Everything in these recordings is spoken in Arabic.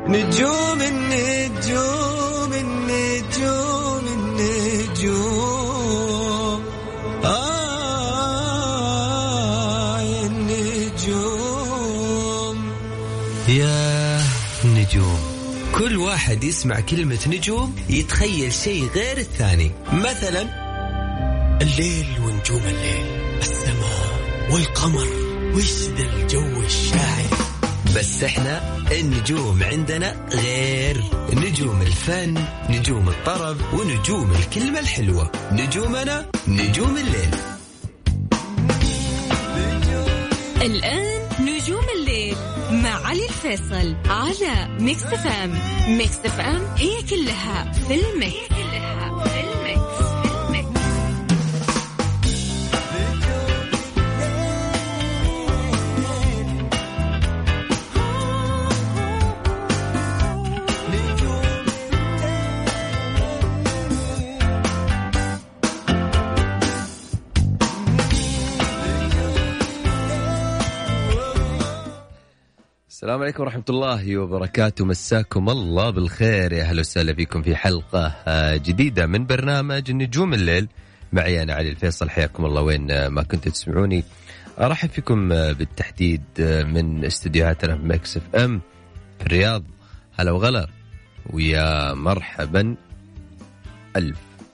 نجوم النجوم النجوم النجوم النجوم يا نجوم. كل واحد يسمع كلمة نجوم يتخيل شيء غير الثاني. مثلا الليل ونجوم الليل، السماء والقمر، وش ذا الجو الشاعر. بس احنا النجوم عندنا غير. نجوم الفن، نجوم الطرب، ونجوم الكلمة الحلوة. نجومنا نجوم الليل. الآن نجوم الليل مع علي الفيصل على ميكس فام. ميكس فام هي كلها في الميكس. السلام عليكم ورحمة الله وبركاته. مساكم الله بالخير، يا أهلا وسهلا فيكم في حلقة جديدة من برنامج نجوم الليل. معي أنا علي الفيصل، حياكم الله وين ما كنتوا تسمعوني. أرحب فيكم بالتحديد من استديوهاتنا في ميكس اف ام في الرياض. هلا وغلا ويا مرحبا ألف.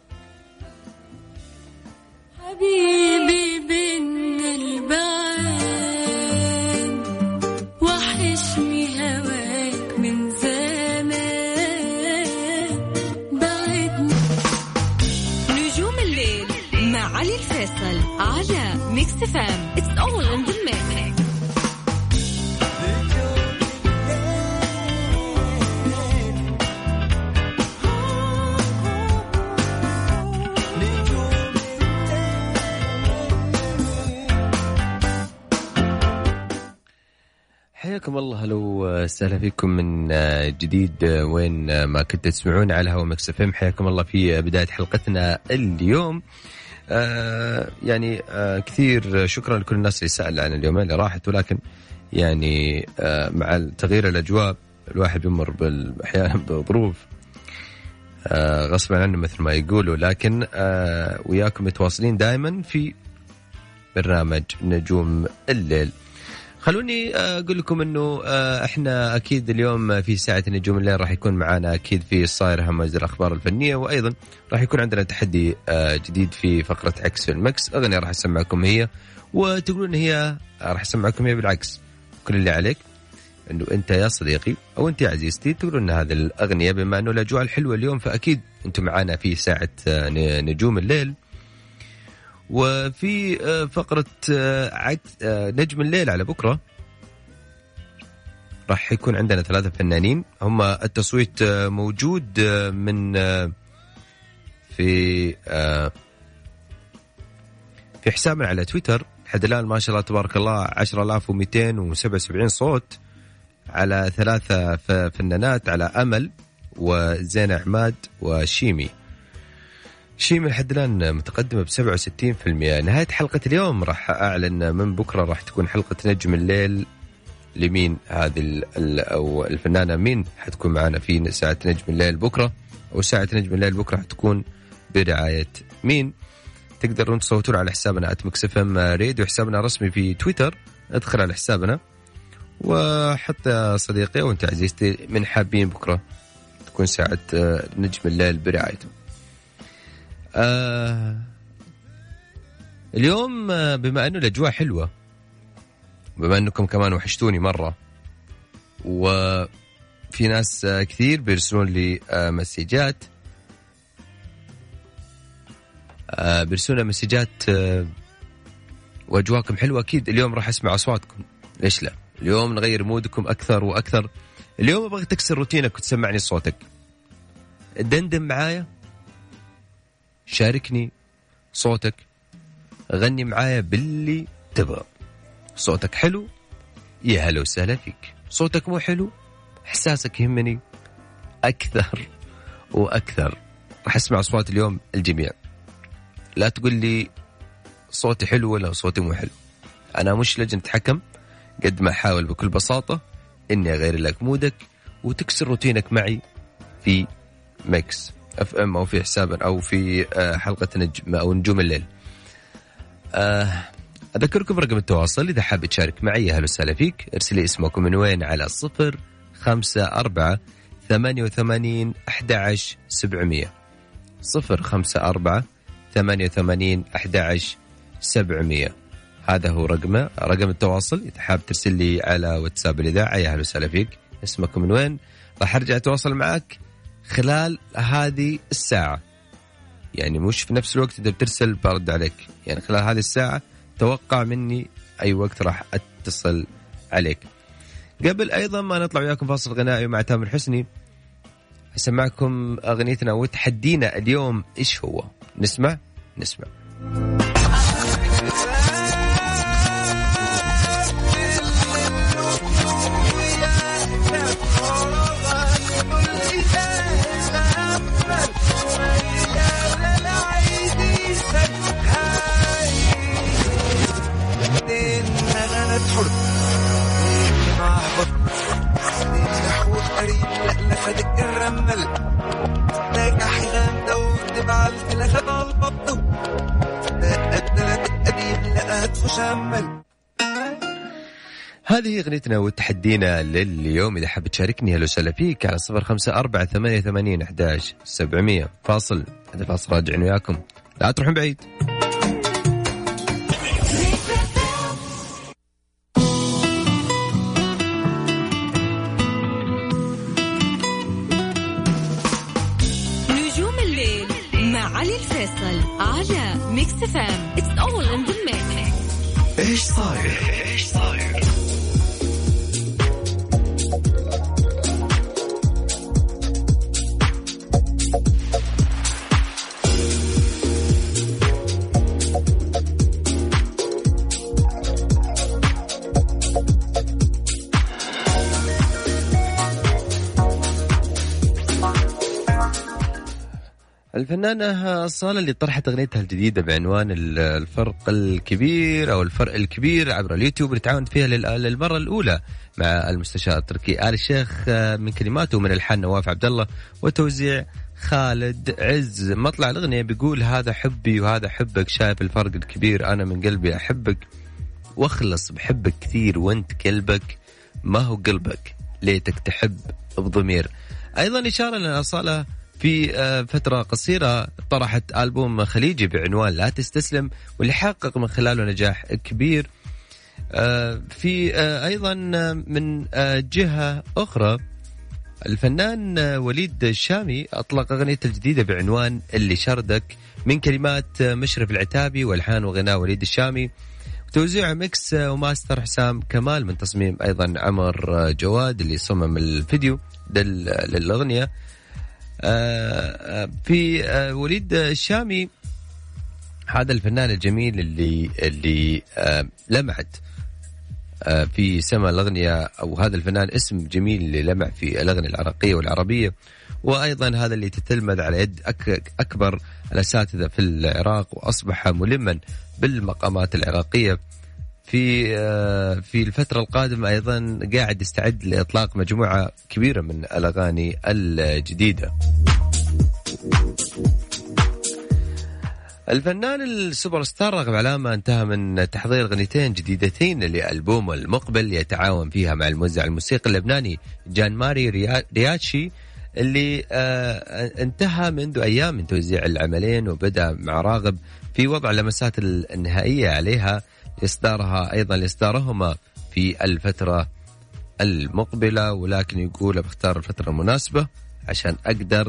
حبيبي بن البعد وحشني هواك من زمان بعدني. نجوم الليل مع علي الفيصل على ميكس فام. It's all in the mix. حياكم الله، لو سهلا فيكم من جديد وين ما كنتوا تسمعون على هوا ميكس اف ام. حياكم الله في بداية حلقتنا اليوم. يعني كثير شكرا لكل الناس اللي سأل عن اليومين اللي راحت، ولكن يعني مع تغيير الأجواء الواحد بيمر أحيانا بظروف غصبا عنه مثل ما يقولوا، لكن وياكم متواصلين دائما في برنامج نجوم الليل. خلوني أقول لكم أنه إحنا أكيد اليوم في ساعة نجوم الليل راح يكون معنا أكيد في الصاير همز الأخبار الفنية، وأيضا راح يكون عندنا تحدي جديد في فقرة عكس في المكس. أغنية راح أسمعكم هي وتقولون هي راح أسمعكم هي بالعكس. كل اللي عليك أنه أنت يا صديقي أو أنت يا عزيزتي تقولون هذه الأغنية. بما أنه الأجواء الحلوة اليوم فأكيد أنتم معنا في ساعة نجوم الليل. وفي فقرة نجم الليل على بكرة راح يكون عندنا 3 فنانين. هم التصويت موجود من في حسابنا على تويتر لحد الآن ما شاء الله تبارك الله 10,277 صوت على 3 فنانات، على أمل وزينة عماد وشيمي. شيمي لحد الآن متقدمة ب67%. نهاية حلقة اليوم راح أعلن من بكرة راح تكون حلقة نجم الليل لمين هذه أو الفنانة مين حتكون معنا في ساعة نجم الليل بكرة، أو ساعة نجم الليل بكرة حتكون برعاية مين. تقدرون تصوتون على حسابنا @مكسفم راديو، حسابنا رسمي في تويتر. ادخل على حسابنا وحتى صديقي وانت عزيزتي من حابين بكرة تكون ساعة نجم الليل برعايته. اليوم بما أنه الأجواء حلوة، بما أنكم كمان وحشتوني مرة، وفي ناس كثير بيرسلون لي مسجات وأجواءكم حلوة. أكيد اليوم راح أسمع أصواتكم، ليش لا؟ اليوم نغير مودكم أكثر وأكثر. اليوم أبغى تكسر روتينك وتسمعني صوتك، دندن معايا، شاركني صوتك، غني معايا باللي تبغى. صوتك حلو يا هلا وسهلا فيك، صوتك مو حلو إحساسك يهمني أكثر وأكثر. راح أسمع أصوات اليوم الجميع. لا تقول لي صوتي حلو ولا صوتي مو حلو، أنا مش لجنة حكم، قد ما أحاول بكل بساطة إني أغير لك مودك وتكسر روتينك معي في ميكس اف ام او في حساب او في حلقة نجم او نجوم الليل. أذكركم برقم التواصل إذا حاب تشارك معي. أهلا وسهلا فيك. ارسلي اسمك من وين على 054-88-11-700 054-88-11-700. هذا هو رقم التواصل. إذا حاب ترسل لي على واتساب الإذاعة. أهلا وسهلا فيك. اسمك من وين. راح أرجع أتواصل معك خلال هذه الساعة، يعني مش في نفس الوقت إذا بترسل برد عليك، يعني خلال هذه الساعة توقع مني أي وقت راح أتصل عليك. قبل أيضا ما نطلع وياكم فاصل غنائي مع تامر حسني، أسمعكم أغنيتنا وتحدينا اليوم. إيش هو؟ نسمع. هذه أغنيتنا وتحدينا لليوم. إذا حاب تشاركني هلو وسهلا فيك على 0548811700. فاصل، هذا فاصل راجعين وياكم، لا تروحون بعيد. نجوم الليل مع علي الفيصل على ميكس فام. It's all in the mix. إيش صاير؟ الفنانة أصالة اللي طرحت أغنيتها الجديدة بعنوان الفرق الكبير أو الفرق الكبير عبر اليوتيوب، اللي تعاونت فيها للمرة الأولى مع المستشار التركي آل الشيخ، من كلماته ومن الحان نواف عبد الله وتوزيع خالد عز. مطلع الأغنية بيقول: هذا حبي وهذا حبك، شايف الفرق الكبير، أنا من قلبي أحبك واخلص بحبك كثير، وانت قلبك ما هو قلبك، ليتك تحب بضمير. أيضا إشارة لأصالة في فترة قصيرة طرحت ألبوم خليجي بعنوان لا تستسلم، واللي حقق من خلاله نجاح كبير. في أيضا من جهة أخرى الفنان وليد الشامي أطلق أغنيته الجديدة بعنوان اللي شردك، من كلمات مشرف العتابي والحان وغناء وليد الشامي، توزيع ميكس وماستر حسام كمال، من تصميم أيضا عمر جواد اللي صمم الفيديو للأغنية. في وليد الشامي هذا الفنان الجميل اللي لمعت في سما الأغنية، أو هذا الفنان اسم جميل اللي لمع في الأغنية العراقية والعربية، وأيضا هذا اللي تتلمذ على يد أكبر الأساتذة في العراق، وأصبح ملما بالمقامات العراقية. في الفترة القادمة أيضا قاعد يستعد لإطلاق مجموعة كبيرة من الأغاني الجديدة. الفنان السوبر ستار راغب علامة انتهى من تحضير أغنيتين جديدتين لألبوم المقبل يتعاون فيها مع الموزع الموسيقي اللبناني جان ماري رياتشي، اللي انتهى منذ أيام من توزيع العملين، وبدأ مع راغب في وضع لمسات النهائية عليها لإصدارهما في الفترة المقبلة، ولكن يقول بختار الفترة المناسبة عشان أقدر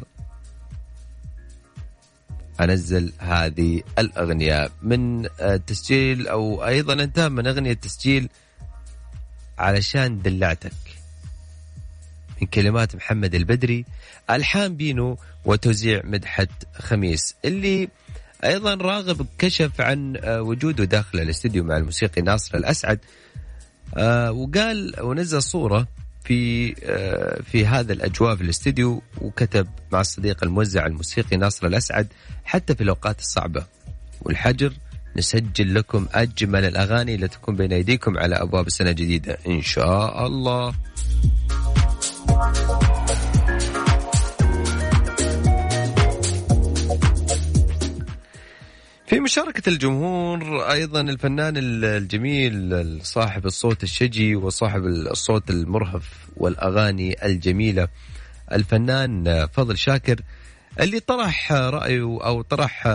أنزل هذه الأغنية من التسجيل، أو أيضا انتهى من أغنية تسجيل علشان دلعتك، من كلمات محمد البدري، ألحان بينو وتوزيع مدحت خميس، اللي أيضا راغب كشف عن وجوده داخل الاستديو مع الموسيقي ناصر الأسعد، وقال ونزل صورة في هذا الأجواء في الاستديو، وكتب مع الصديق الموزع الموسيقي ناصر الأسعد: حتى في الأوقات الصعبة والحجر نسجل لكم أجمل الأغاني لتكون بين أيديكم على أبواب السنة الجديدة إن شاء الله. في مشاركة الجمهور أيضا الفنان الجميل صاحب الصوت الشجي وصاحب الصوت المرهف والأغاني الجميلة الفنان فضل شاكر، اللي طرح رأيه أو طرح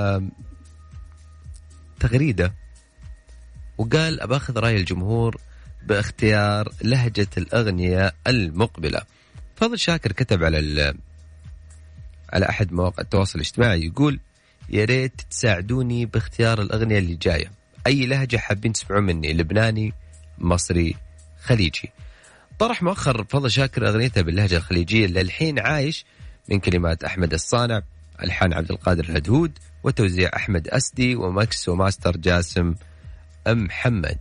تغريدة وقال أباخذ رأي الجمهور باختيار لهجة الأغنية المقبلة. فضل شاكر كتب على أحد مواقع التواصل الاجتماعي يقول: يا ريت تساعدوني باختيار الأغنية اللي جاية، أي لهجة حابين تسمعون مني، لبناني، مصري، خليجي. طرح مؤخر فضل شاكر أغنيته باللهجة الخليجية اللي الحين عايش، من كلمات أحمد الصانع، ألحان عبد القادر الهدهود، وتوزيع أحمد أسدي، ومكس وماستر جاسم محمد.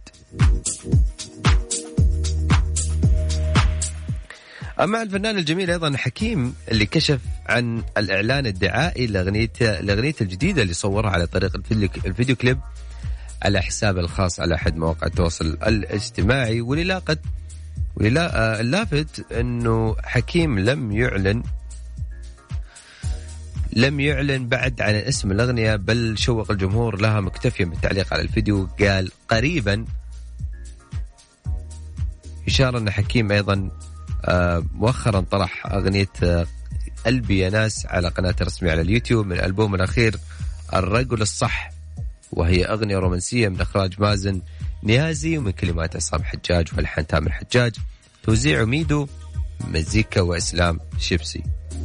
أما الفنان الجميل أيضا حكيم اللي كشف عن الإعلان الدعائي لأغنيته الجديدة اللي صورها على طريق الفيديو كليب على حسابه الخاص على أحد مواقع التواصل الاجتماعي. اللافت أنه حكيم لم يعلن بعد عن اسم الأغنية، بل شوق الجمهور لها مكتفيا بالتعليق على الفيديو. قال قريبا، إشارة أن حكيم أيضا مؤخرا طرح أغنية قلبي يا ناس على قناته الرسمية على اليوتيوب من ألبوم الأخير الرجل الصح، وهي أغنية رومانسية من إخراج مازن نيازي ومن كلمات عصام حجاج والحان تامر حجاج، توزيع ميدو، مزيكا وإسلام شيبسي.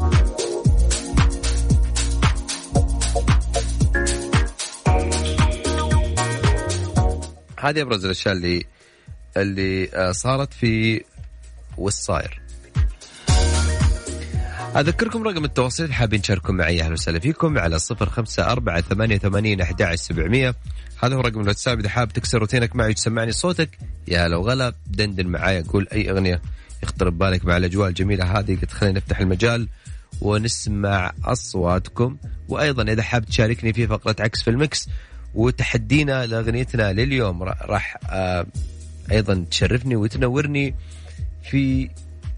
هذه أبرز الأشياء اللي صارت في والصاير. أذكركم رقم التواصل حابين تشاركوا معي، أهلا وسهلا فيكم على 0548811700. هذا هو رقم الواتساب. إذا حاب تكسر روتينك معي وتسمعني صوتك، يا لو غلا دندن معايا، قول أي أغنية يخطر ببالك مع الأجواء الجميلة هذه، قد خلينا نفتح المجال ونسمع أصواتكم. وأيضا إذا حاب تشاركني في فقرة عكس في المكس وتحدينا لأغنيتنا لليوم، راح أيضا تشرفني وتنورني في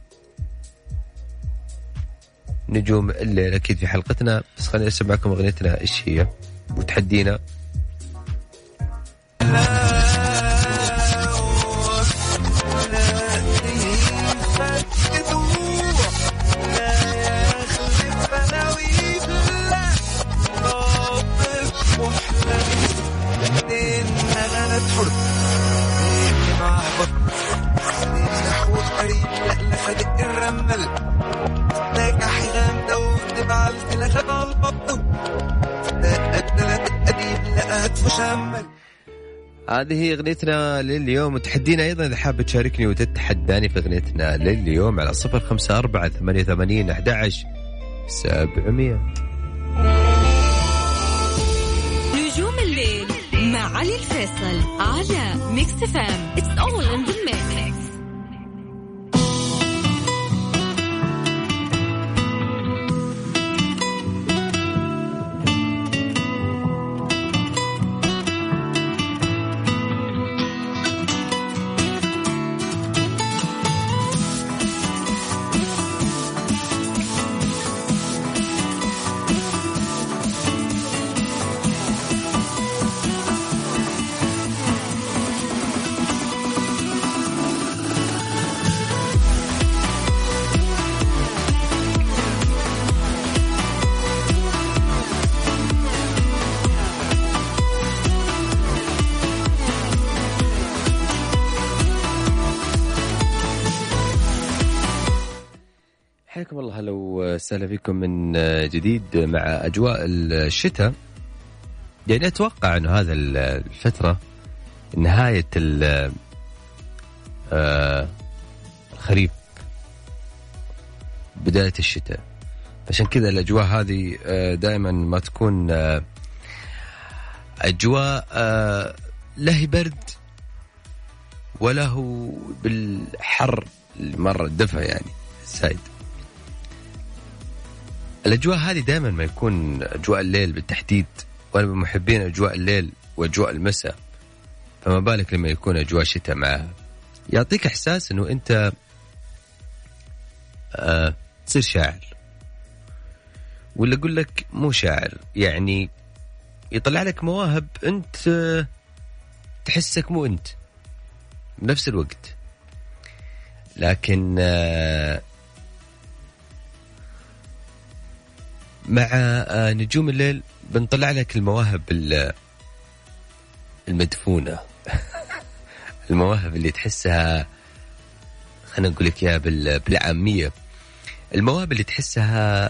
نجوم الليل أكيد في حلقتنا. بس خليني أسمعكم أغنيتنا إيش هي وتحدينا. هذه هي اغنيتنا لليوم وتحدينا. ايضا اذا حاب تشاركني وتتحداني في اغنيتنا لليوم على 0548811700. نجوم الليل مع علي الفيصل على ميكس فام. It's all in the mix. حياكم الله، هلا وسهلا فيكم من جديد مع أجواء الشتاء. يعني أتوقع أنه هذا الفترة نهاية الخريف، بداية الشتاء، عشان كذا الأجواء هذه دائما ما تكون أجواء لا هي برد ولا هو بالحر مرة الدفع يعني سايد. الأجواء هذه دائما ما يكون أجواء الليل بالتحديد، وأنا من محبين أجواء الليل وأجواء المساء، فما بالك لما يكون أجواء شتاء معها. يعطيك إحساس أنه أنت تصير شاعر، ولا أقول لك مو شاعر، يعني يطلع لك مواهب أنت تحسك مو أنت بنفس الوقت. لكن مع نجوم الليل بنطلع لك المواهب المدفونة المواهب اللي تحسها، خلينا نقول لك يا بالعامية، المواهب اللي تحسها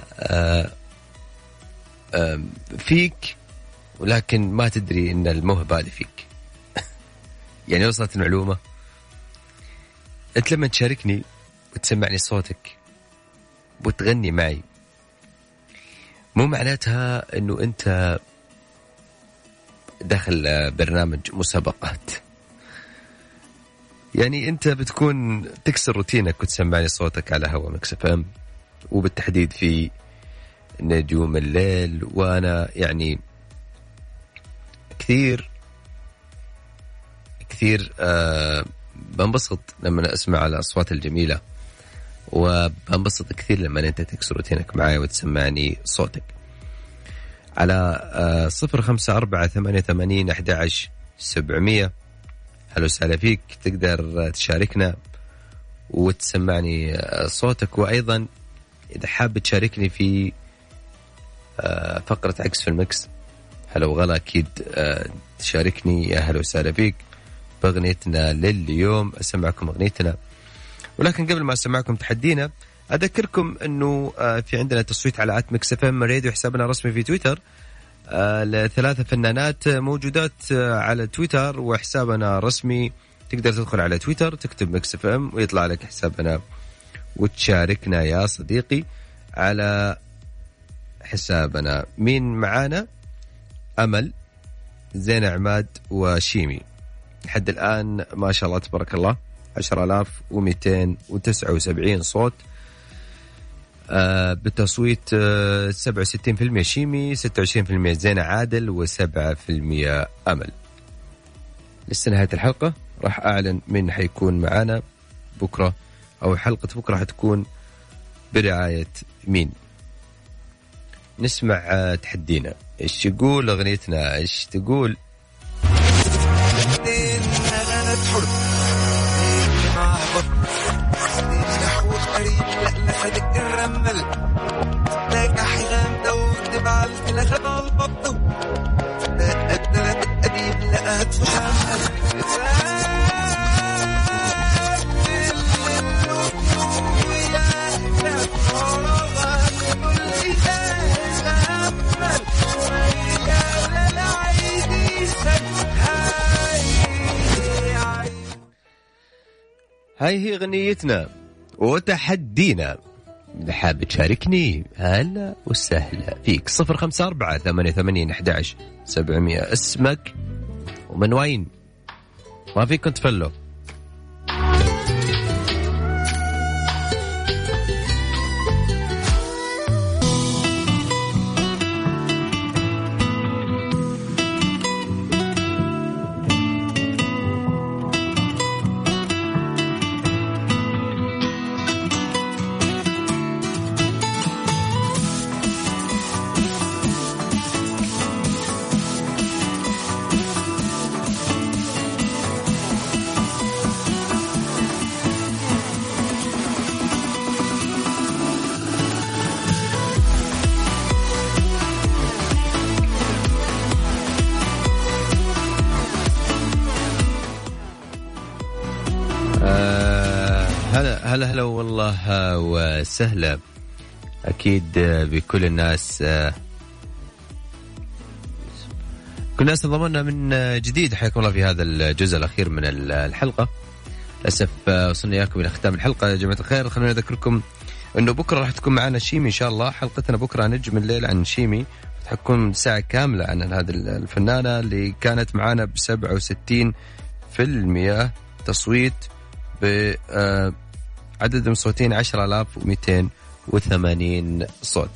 فيك ولكن ما تدري ان الموهبة هذه فيك. يعني وصلت المعلومة؟ انت لما تشاركني وتسمعني صوتك وتغني معي مو معناتها انه انت داخل برنامج مسابقات. يعني انت بتكون تكسر روتينك وتسمعني صوتك على هوا ميكس اف ام، وبالتحديد في نجوم الليل. وانا يعني كثير بنبسط لما اسمع الاصوات الجميلة، وبنبسط كثير لما انت تكسر روتينك معي وتسمعني صوتك على 0548811700. هلا وسهلا فيك، تقدر تشاركنا وتسمعني صوتك. وأيضا إذا حاب تشاركني في فقرة عكس في المكس هلا وغلا، أكيد تشاركني. يا هلا وسهلا فيك بأغنيتنا لليوم. أسمعكم أغنيتنا، ولكن قبل ما أسمعكم تحدينا أذكركم أنه في عندنا تصويت على @ميكس اف ام راديو، حسابنا الرسمي في تويتر. ل3 فنانات موجودات على تويتر وحسابنا رسمي. تقدر تدخل على تويتر تكتب ميكس اف ام ويطلع لك حسابنا وتشاركنا يا صديقي على حسابنا. مين معانا؟ أمل، زينة عماد، وشيمي. لحد الآن ما شاء الله تبارك الله 10,279 صوت بالتصويت. 67% شيمي، 26% زينة عادل، و7% أمل. لسه نهاية الحلقة راح أعلن من حيكون معانا بكرة، أو حلقة بكرة حتكون برعاية مين. نسمع تحدينا. إيش يقول أغنيتنا؟ إيش تقول؟ هاي هي غنيتنا وتحدينا. إذا حاب تشاركني هلا وسهلا فيك. 0548811700. اسمك ومن وين؟ ما فيكم تفلوا. هلا والله وسهلا أكيد بكل الناس. كل الناس انضمونا من جديد، حياكم الله في هذا الجزء الأخير من الحلقة. للأسف وصلنا إياكم إلى ختام الحلقة يا جماعة الخير. خلونا نذكركم أنه بكرة راح تكون معنا شيمي إن شاء الله. حلقتنا بكرة نجم الليل عن شيمي، حتكون ساعة كاملة عن هذه الفنانة اللي كانت معنا ب67% تصويت، بعدد مصوتين 10,280 صوت.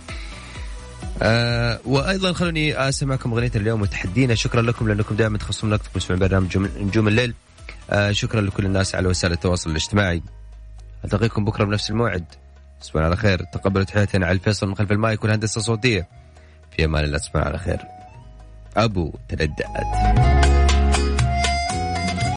وأيضا خلوني أسمعكم أغنية اليوم وتحدينا. شكرا لكم لأنكم دائما تخصصون وقتكم تسمعون برنامج نجوم الليل. شكرا لكل الناس على وسائل التواصل الاجتماعي. ألتقيكم بكرة بنفس الموعد. تصبحون على خير. تقبلوا تحياتنا على الفيصل من خلف المايك والهندسة الصوتية. في أمان الله. تصبحون على خير. أبو ترددات.